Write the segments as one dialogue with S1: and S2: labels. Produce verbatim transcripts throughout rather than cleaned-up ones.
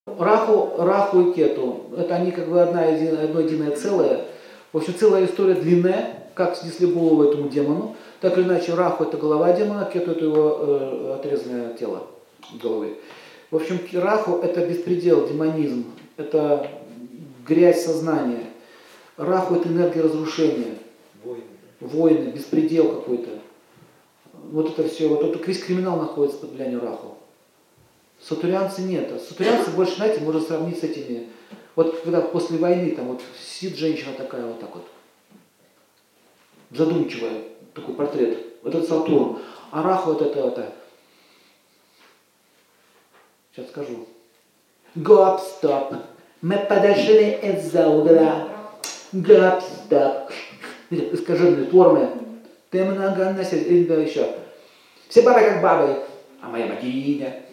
S1: Раху, Раху и Кету, это они как бы одна, одно единое целое. В общем, целая история длинная, как снесли голову этому демону. Так или иначе, Раху это голова демона, Кету это его э, отрезанное тело головы. В общем, Раху это беспредел, демонизм, это грязь сознания. Раху это энергия разрушения, войны, войны беспредел какой-то. Вот это все, вот это весь криминал находится под влиянием Раху. Сатурянцы нет. Сатурянцы больше, знаете, можно сравнить с этими. Вот когда после войны там вот сидит женщина такая вот так вот, задумчивая, такой портрет. Вот это Сатурн. А Раху вот это, это. Сейчас скажу. Гоп-стоп. Мы подошли из-за угла. Гоп-стоп. Искаженные формы. Ты много носишь. Или да еще. Все бабы как бабы. А моя богиня.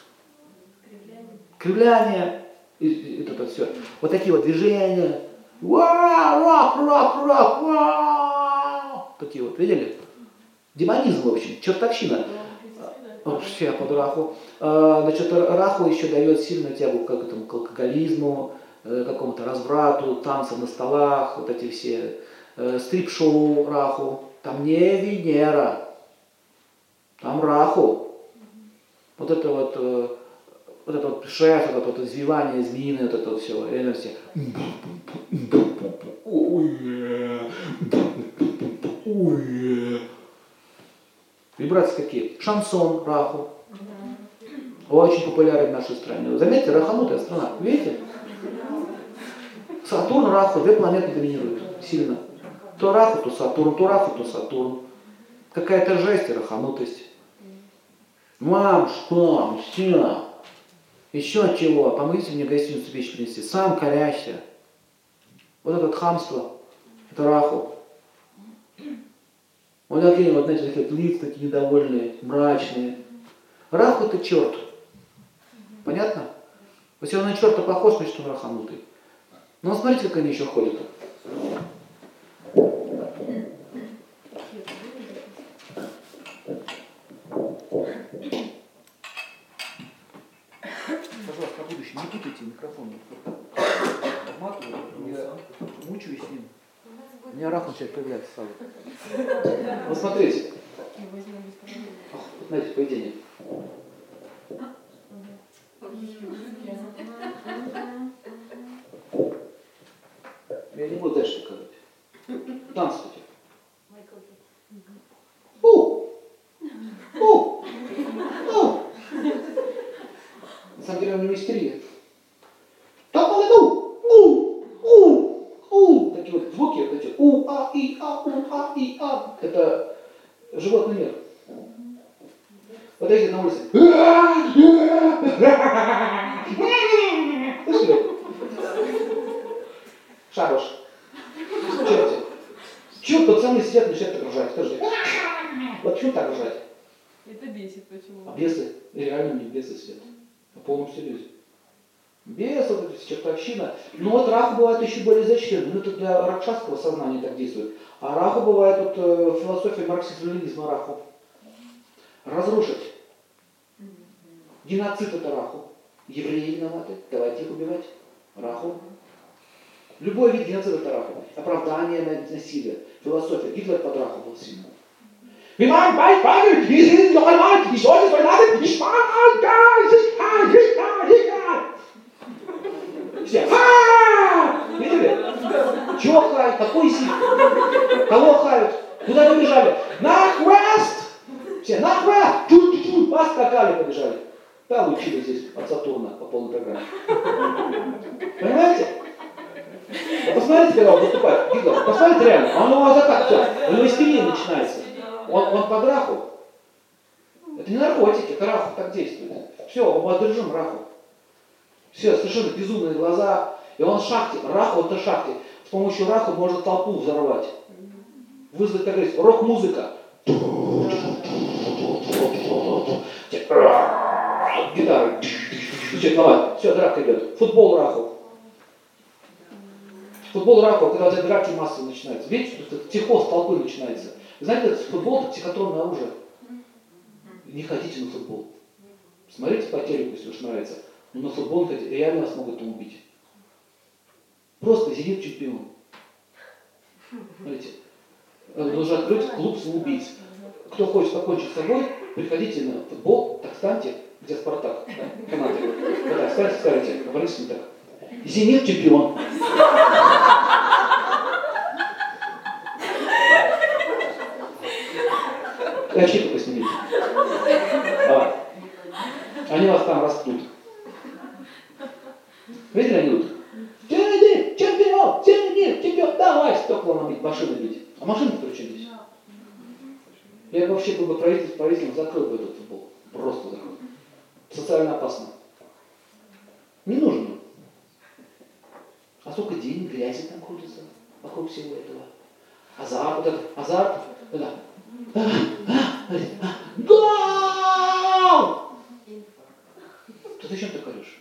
S1: Кривляние, и, и, и это все. Вот такие вот движения. Вау, рок, рок, рок, вау. Такие вот, видели? Демонизм, в общем, чертовщина. Все под Раху. Значит, Раху еще дает сильную тягу к, этому, к алкоголизму, к какому-то разврату, танцам на столах, вот эти все стрип-шоу Раху. Там не Венера, там Раху. Вот это вот... Вот это вот шеф, вот это вот извивание змеиное, вот это вот все, реально все. Вибрации какие? Шансон, Раху. Очень популярен в нашей стране. Заметьте, раханутая страна, видите? Сатурн, Раху, две планеты доминируют сильно. То Раху, то Сатурн, то Раху, то Сатурн. Какая-то жесть и раханутость. Мам, что, все. Еще чего? Помогите мне гостиницу вещи принести. Сам коряща. Вот это вот хамство. Это Раху. Вот такие вот, знаете, такие лица такие недовольные, мрачные. Раху это черт. Понятно? Если он на черта похож, значит он раханутый. Но смотрите, как они еще ходят. Пожалуйста, на будущее не путайте микрофон. Обматываю, я мучаюсь с ним. У меня рак начинает появляться сразу. Вот смотрите. Вот знаете, поведение. Я не буду дальше показывать. Танцуйте. У! У! У! На самом деле он не истерия. У! У! У! Такие вот звуки, вот эти у, а, и, а, у, а, и, а. Это животный мир. Вот если на улице. Слышали? Шабаш. Черти. Чего пацаны сидят и начинают так ржать? Скажите. Вот почему так ржать?
S2: Это бесит почему?
S1: А бесы, реально не бесы сидят. На полном серьезе. Бес, вот эта чертовщина. Но вот Раху бывает еще более изощренный. Ну это для ракшасского сознания так действует. А Раху бывает вот э, философия марксизма-ленинизма Раху. Разрушить. Геноцид это Раху. Евреи виноваты. Давайте их убивать. Раху. Любой вид геноцида это Раху. Оправдание насилия. Философия. Гитлер под Раху был сильным. Wir waren weit weit, wir sind noch einmal, die Leute Soldaten, ich war da, ich ist da, ich da, ich da. Все, ха! Видели? Чего хают? Какой сик? Кого хают? Куда побежали? На квест! Все, на квест! Чу-чу-чу, поскакали, побежали. Да, учили здесь от Сатурна по полной программе. Понимаете? Посмотрите, когда он выступает, Гитлер, посмотрите реально, он у вас так все, у него истерия начинается. Он, он под Раху. Это не наркотики, это Раху так действует. Все, он под режим Раху. Все, совершенно безумные глаза. И он в шахте. Раху это шахте. С помощью Раху можно толпу взорвать. Вызвать, как говорится, рок-музыка. Гитары. Все, драка идет. Футбол Раху. Футбол Раху, когда вот драки массово начинаются. Видите, психоз толпы начинается. Знаете, это футбол это психотронное оружие. Не ходите на футбол. Смотрите по телеку, если уж нравится. Но на футбол реально вас могут там убить. Просто «Зенит» чемпион. Смотрите, нужно открыть клуб самоубийц. Кто хочет покончить с собой, приходите на футбол, так станьте, где «Спартак», да, команда. Да, встаньте, скажите, говорите так. «Зенит» чемпион. И очки только снимите. Давай. Они вас там растут. Видели анекдот? «Зенит, чемпион! Зенит, чемпион! Давай стекла ломить, машины бить». А машины включились. Я вообще был бы правитель, правителем, закрыл бы этот футбол. Просто закрыл. Социально опасно. Не нужно. А сколько денег, грязи там крутится вокруг всего этого. Азарт, вот этот азарт. Да. Гол! Ты зачем так орешь?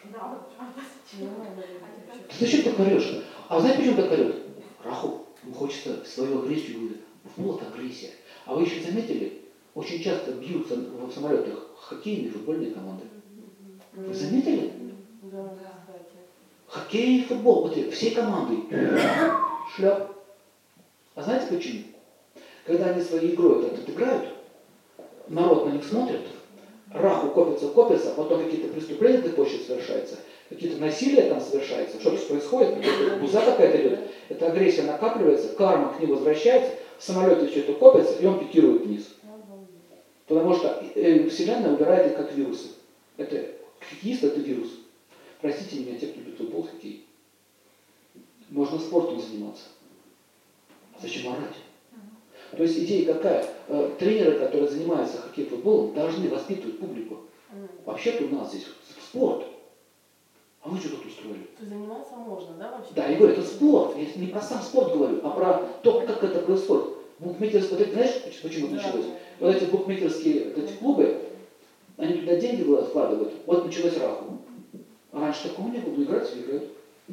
S1: Ты зачем так орешь? А знаете, почему так орет? Раху, ему хочется свою агрессию выдать. Вот агрессия. А вы еще заметили, очень часто бьются в самолетах хоккейные и футбольные команды. Вы заметили?
S2: Да.
S1: Хоккей и футбол. Вот все команды. Шляп. А знаете почему? Когда они своей игрой вот этот играют, народ на них смотрит, раху копится, копится, потом какие-то преступления на почве совершаются, какие-то насилия там совершается, что-то происходит, буза какая-то идет, эта агрессия накапливается, карма к ним возвращается, самолеты все это копятся, и он пикирует вниз. Потому что Вселенная убирает их как вирусы. Это хоккеист, это вирус. Простите меня, те, кто любит футбол, хоккей. Можно спортом заниматься. Зачем орать? То есть идея какая? Тренеры, которые занимаются хоккей, футболом, должны воспитывать публику. Вообще-то у нас здесь спорт. А вы что тут устроили?
S2: Заниматься можно, да, вообще?
S1: Да, я говорю, это спорт. Я не про сам спорт говорю, а про то, как это происходит. Букмекерские, вот это, знаешь, почему это началось? Вот эти букмекерские вот эти клубы, они туда деньги вкладывают. Вот началось раху. А раньше такого не было, играть все играют.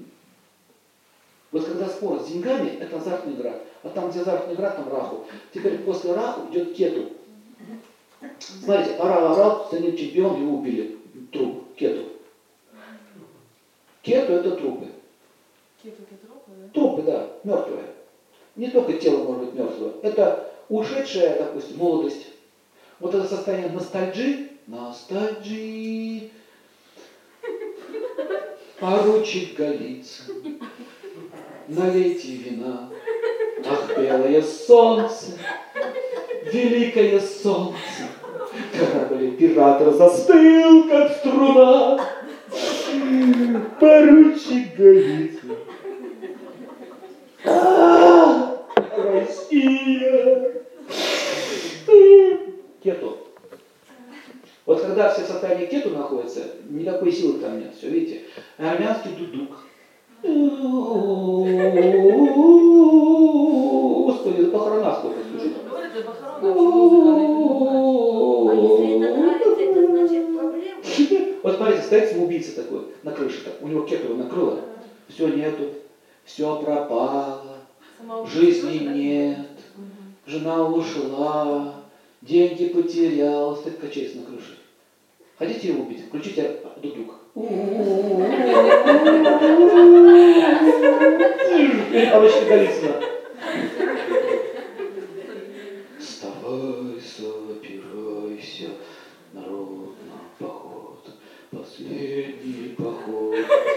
S1: Вот когда спор с деньгами, это азартная игра. А там, где азартная игра, там раху. Теперь после раху идет кету. Смотрите, орал, орал, станет чемпион, его убили. Труп, кету. Кету это трупы.
S2: Кету это трупы, да?
S1: Трупы, да, мертвые. Не только тело может быть мертвое. Это ушедшая, допустим, молодость. Вот это состояние ностальджи. Ностальджи. Поручик Голицын, налейте вина. Ах, белое солнце, великое солнце. Корабль императора застыл, как струна. Поручик Голицын. А, Россия. Кету. Вот когда все в состоянии кету находятся, никакой силы там нет, все, видите? Армянский дудук. Господи, за похорона сколько слушать.
S2: Говорят, за похорона вообще музыка.
S3: А если это нравится, это значит проблема?
S1: Вот смотрите, стоит самоубийца такой на крыше, так, у него кету его накрыло, все нету, все пропало, жизни нет, жена ушла, деньги потерял, стоит качается на крыше. Хотите его убить? Включите дудук. Или Павловича Голицына. Вставай, собирайся, народ на поход, последний поход.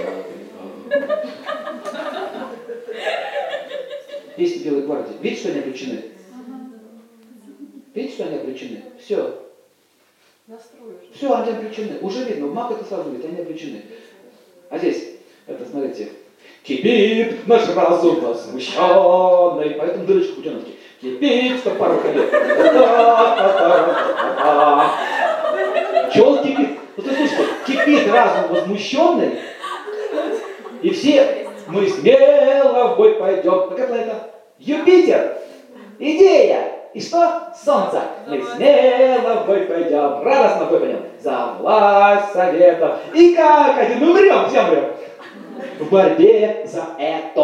S1: Песни Белой гвардии. Видите, что они обречены? Видите, что они обречены? Все.
S2: Настроишь.
S1: Все, они обречены. Уже видно, маг это сразу видит, они обречены. А здесь, это, смотрите, кипит наш разум возмущенный. Поэтому дырочка путеновки. Кипит, что пару ходит. Чего он кипит? Вот ты слушайте, кипит разум возмущенный. И все мы смело в бой пойдем. Какая планета? Юпитер. Идея. И что? Солнце. Мы смело в бой пойдем, радостно в бой пойдем. За власть советов. И как один мы умрем, все умрем. В борьбе за это.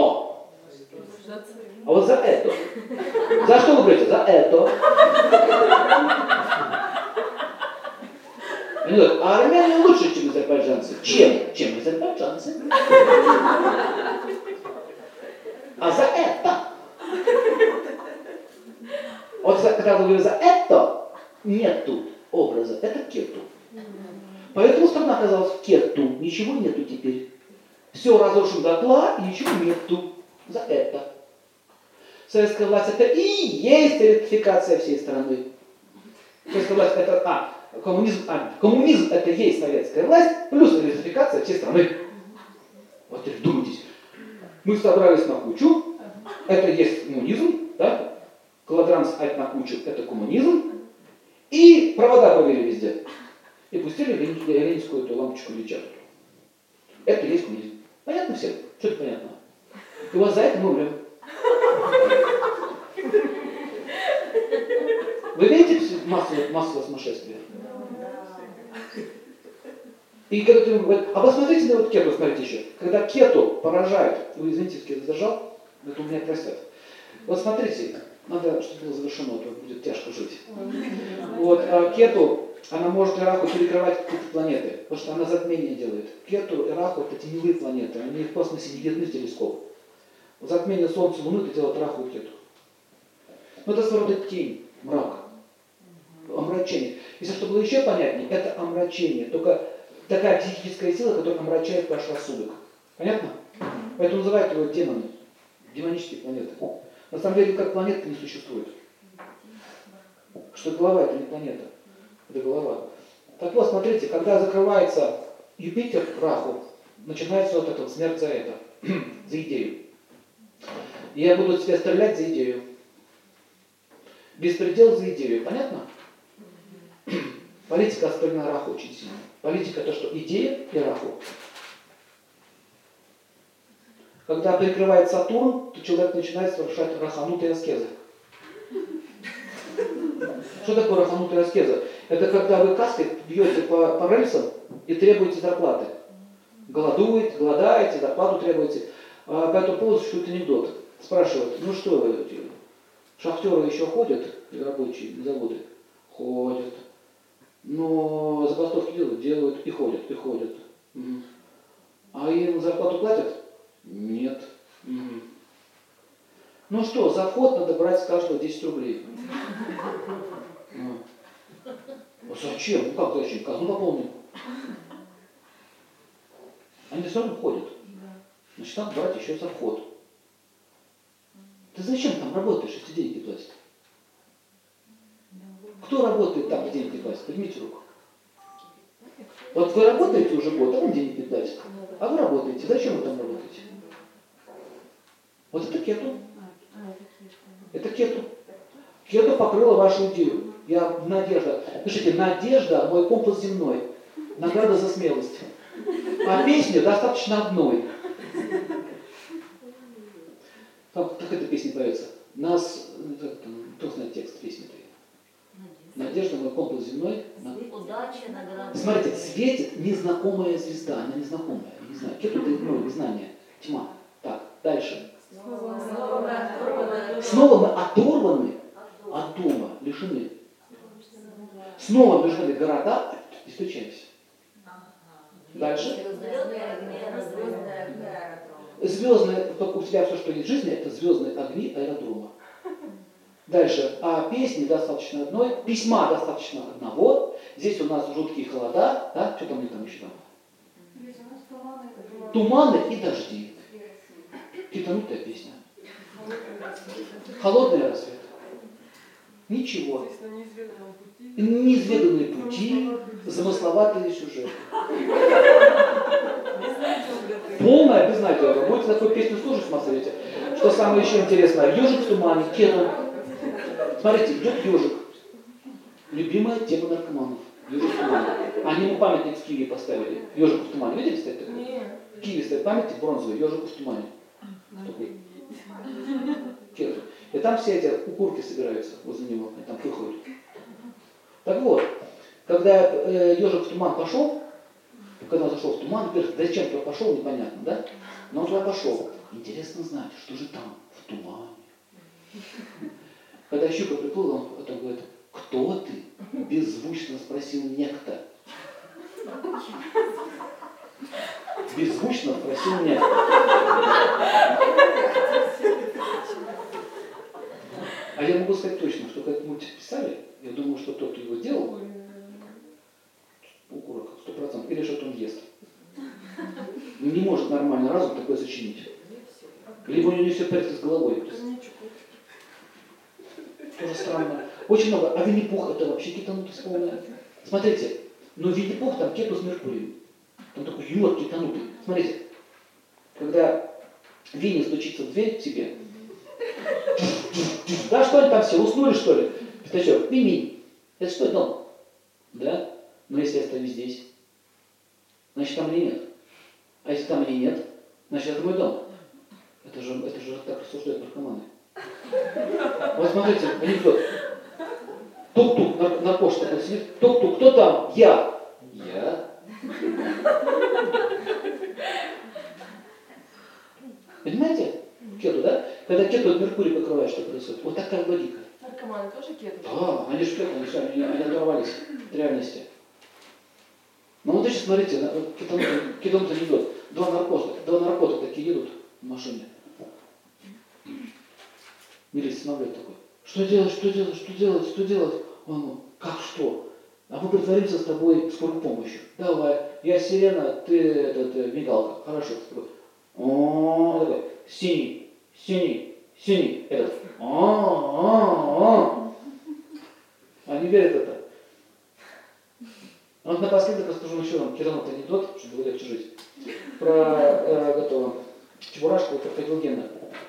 S1: А вот за это. За что вы говорите? За это. Они говорят, а армяне лучше, чем азербайджанцы. Чем? Чем азербайджанцы. А за это. Вот когда я говорю за это, нет тут образа. Это кету. Поэтому страна оказалась в кету. Ничего нету теперь. Все разрушено дотла, и ничего нету. За это. Советская власть это и есть электрификация всей страны. Советская власть это, а, коммунизм, а, коммунизм это есть советская власть, плюс электрификация всей страны. Вот теперь вдумайтесь. Мы собрались на кучу, это есть коммунизм, да? Килограмм ать на кучу это коммунизм, и провода провели везде. И пустили ленинскую эту лампочку лечат. Это есть коммунизм. Понятно всем? Что это понятно? И вот за это мы умрем. Вы видите массовое, массовое сумасшествие? И когда ты говоришь, а посмотрите на вот кету, смотрите еще. Когда кету поражают, вы извините, если я задержал, это у меня просят. Вот смотрите, надо, чтобы было завершено, а то будет тяжко жить. Вот а кету, она может Ираху перекрывать какие-то планеты, потому что она затмение делает. Кету, Ираху это теневые планеты, они в космосе не видны в телескоп. Затмение Солнца, Луны это делает Ираху и кету. Но это своего рода тень, мрак, омрачение. Если что было еще понятнее, это омрачение, только такая психическая сила, которая омрачает ваш рассудок. Понятно? Поэтому называют его демоны, демонические планеты. На самом деле, как планета не существует. Что голова это не планета, это голова. Так вот, смотрите, когда закрывается Юпитер, Раху, начинается вот эта вот смерть за это, за идею. И я буду тебя стрелять за идею. Беспредел за идею. Понятно? Политика остальная Раху очень сильно. Политика то, что идея и Раху. Когда прикрывает Сатурн, то человек начинает совершать раханутые аскезы. Что такое раханутая аскеза? Это когда вы каской бьете по, по рельсам и требуете зарплаты. Голодуете, голодаете, зарплату требуете. А по этому поводу существует анекдот. Спрашивают, ну что, шахтеры еще ходят, рабочие заводы? Ходят. Но забастовки делают, делают и ходят, и ходят. Угу. А им зарплату платят? Нет. Угу. Ну что, за вход надо брать с каждого десять рублей. Ну. А зачем? Ну как зачем? Казну пополним. Они все равно ходят. Значит, надо брать еще за вход. Ты зачем там работаешь, если деньги платят? Кто работает там, где деньги платят? Поднимите руку. Вот вы работаете уже год, а он денег не платит. А вы работаете. Зачем вы там работаете? Вот это кету. Это кету. Кету покрыла вашу идею. Я надежда. Слушайте, надежда мой компас земной. Награда за смелость. А песни достаточно одной. Как, как эта песня поется? Нас, кто знает текст песни-то? Надежда мой компас земной.
S3: Удача, награда.
S1: Смотрите, светит незнакомая звезда. Она незнакомая. Не знаю. Кету это ну, незнание. Тьма. Так, дальше. Снова мы оторваны от дома, лишены. Снова нужны города и встречаемся. Дальше. Звездные, только у тебя все, что есть в жизни, это звездные огни аэродрома. Дальше. А песни достаточно одной, письма достаточно одного. Здесь у нас жуткие холода, да? Что там у них там еще там? Туманы и дожди. Китанутая песня. Холодный рассвет. Ничего. Неизведанные пути, замысловатый сюжет. Полная безнадега. Будете такую песню слушать, смотрите. Что самое еще интересное? Ежик в тумане, кету. Смотрите, идет ежик. Любимая тема наркоманов. Ежик в тумане. Они ему памятник в Киеве поставили. Ежик в тумане. Видели, стоит такой?
S2: Нет.
S1: В Киеве стоит памятник бронзовый, ежик в тумане. Такой. Кету. И там все эти укурки собираются возле него. И там выходят. Так вот, когда э, ежик в туман пошел, когда он зашел в туман, во-первых, зачем туда пошел, непонятно, да? Но он туда пошел. Интересно знать, что же там, в тумане. Когда щука приплыла, он потом говорит, кто ты? Беззвучно спросил некто. Беззвучно спросил меня. А я могу сказать точно, что когда мультик писали, я думаю, что тот, кто его делал, укурок, сто процентов, или что-то он ест. Не может нормально разум такое сочинить. Либо у него не все в порядке с головой. Тоже странно. Очень много. А Винни-Пух это вообще кетанутость полная. Смотрите, но Винни-Пух там кету с Меркурием. Там такой юмор кетанутый. Смотрите, когда Винни стучится в дверь к себе, да что они там все, уснули что ли? Пятачок, Винни, это что, дом? Да? Но если я стою здесь, значит там или нет? А если там или нет, значит это мой дом. Это же, это же так рассуждают наркоманы. Вот смотрите, анекдот. Тук-тук, на, на почте такой сидит. Тук-тук, кто там? Я. Я. Понимаете? Кету, да? Когда кету от Меркурия покрывает, что происходит? Вот такая логика.
S2: Наркоманы тоже кету?
S1: Да, они же кету, они, все, они, они оторвались от реальности. Ну вот сейчас смотрите, кетон-то не идет. Два наркота, два наркота такие едут в машине. Милиция останавливает такой. Что делать, что делать, что делать, что делать? Он, ну, как что? А мы притворимся с тобой скорой помощью. Давай, я сирена, ты этот, мигалка. Хорошо. Такой. О, такой, синий, синий, синий. Этот. О, они верят в это. Вот напоследок расскажу еще вам Кирилл анекдот, чтобы было легче жить. Про э, готово. Чебурашку и крокодил Гена.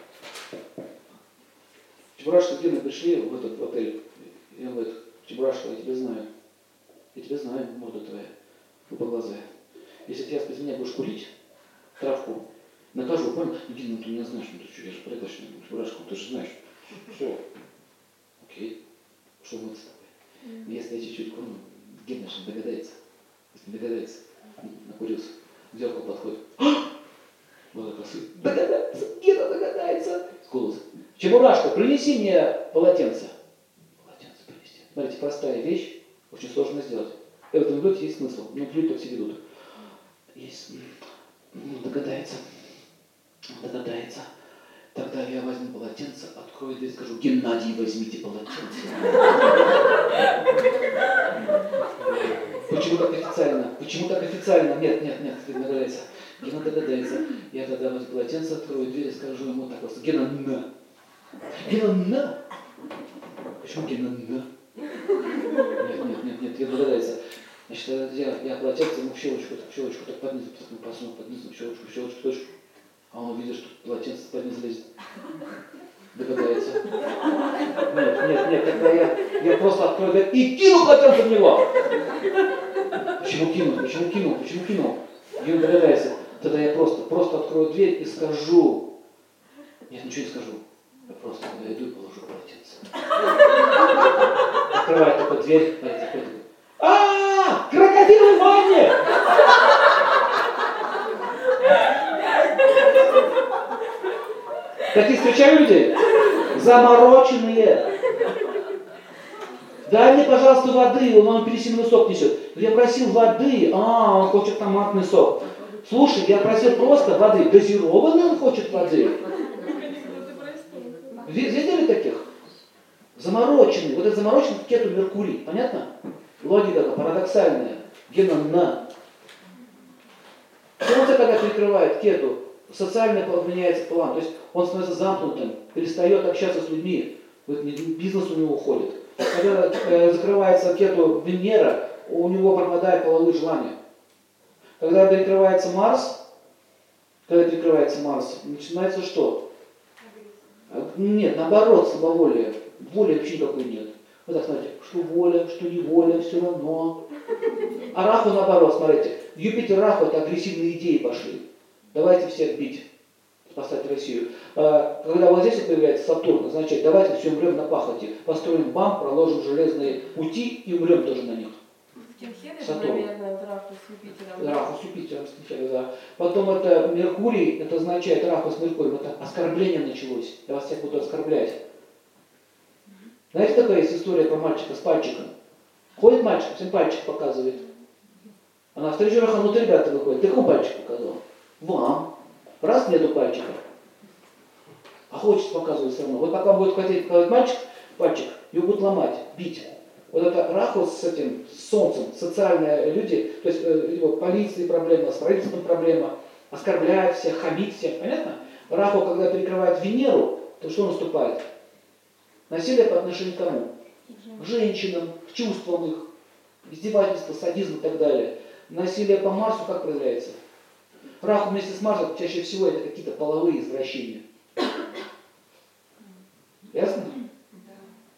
S1: Чебурашка с Геной пришли в этот в отель. И он говорит, Чебурашка, я тебя знаю. Я тебя знаю, морда твоя, голубоглазая. Если ты без меня будешь курить травку, накажу, понял? Гена, ну ты меня знаешь, ну ты что, я же порядочный, Чебурашка, ты же знаешь. Все. Окей. Что мы с тобой? Но если я чуть-чуть курну, Гена же догадается. Если не догадается, накурился. К зеркалу подходит. Вот косы. Догадается, Гена догадается. Голос. Чебурашка, принеси мне полотенце. Полотенце принести. Смотрите, простая вещь, очень сложно сделать. В этом анекдоте есть смысл, но люди так все ведут. Есть, ну, догадается, догадается. Тогда я возьму полотенце, открою дверь и скажу, Геннадий, возьмите полотенце. Почему так официально? Почему так официально? Нет, нет, нет, ты догадайся. Гена догадается. Я тогда возьму полотенце, открою дверь и скажу ему так просто. Гена, на. Гена, на. Почему Гена, на? Нет, нет, нет, нет, Гена догадается. Значит, я, я полотенце ему в щелочку, так, в щелочку, так под низу, так посунул под низу, в щелочку, в щелочку, в щелочку. А он увидит, что полотенце под низ лезет. Догадается. Нет, нет, нет, тогда я, я просто открою дверь и кину полотенце в него. Почему кинул? Почему кинул? Почему кинул? И он догадается. Тогда я просто, просто открою дверь и скажу. Нет, ничего не скажу. Я просто иду и положу полотенце. Открывает только дверь, а я такой, а, крокодил в ванне! Таких встречаю людей? Замороченные. Дай мне, пожалуйста, воды, он вам апельсиновый сок несет. Я просил воды, а, он хочет томатный сок. Слушай, я просил просто воды. Газированный он хочет воды. Видели таких? Замороченный. Вот это замороченный кету Меркурий. Понятно? Логика парадоксальная. Гена на. Солнце, когда перекрывает кету, социально меняется план. То есть он становится замкнутым, перестает общаться с людьми. Бизнес у него уходит. Когда э, закрывается кету Венера, у него пропадают половые желания. Когда перекрывается Марс, когда перекрывается Марс, начинается что? Нет, наоборот, слабоволие. Воли вообще никакой нет. Вот так, смотрите, что воля, что не воля, все равно. А Раху наоборот, смотрите. Юпитер, Раху, это агрессивные идеи пошли. Давайте всех бить, спасать Россию. Когда вот здесь появляется Сатурн, означает, давайте все умрем на пахоте. Построим банк, проложим железные пути и умрем тоже на них.
S2: Сатурн. Наверное, Раху с Юпитером.
S1: Раху с Юпитером, да. Потом это Меркурий, это означает Раху с Меркурием, это оскорбление началось. Я вас всех буду оскорблять. Знаете, такая есть история про мальчика с пальчиком? Ходит мальчик, всем пальчик показывает. А на встречу Рахану ребята выходят. Ты кому пальчик показал? Вам. Раз нету пальчика. А хочется показывать все равно. Вот пока будет хотеть показать мальчик, пальчик, его будут ломать, бить. Вот это Раху с этим, с солнцем, социальные люди, то есть э, его полиции проблема, с правительством проблема, оскорбляет всех, хамит всех, понятно? Раху, когда перекрывает Венеру, то что наступает? Насилие по отношению к кому? К женщинам, к чувствам их, издевательство, садизм и так далее. Насилие по Марсу как проявляется? Раху вместе с Марсом чаще всего это какие-то половые извращения.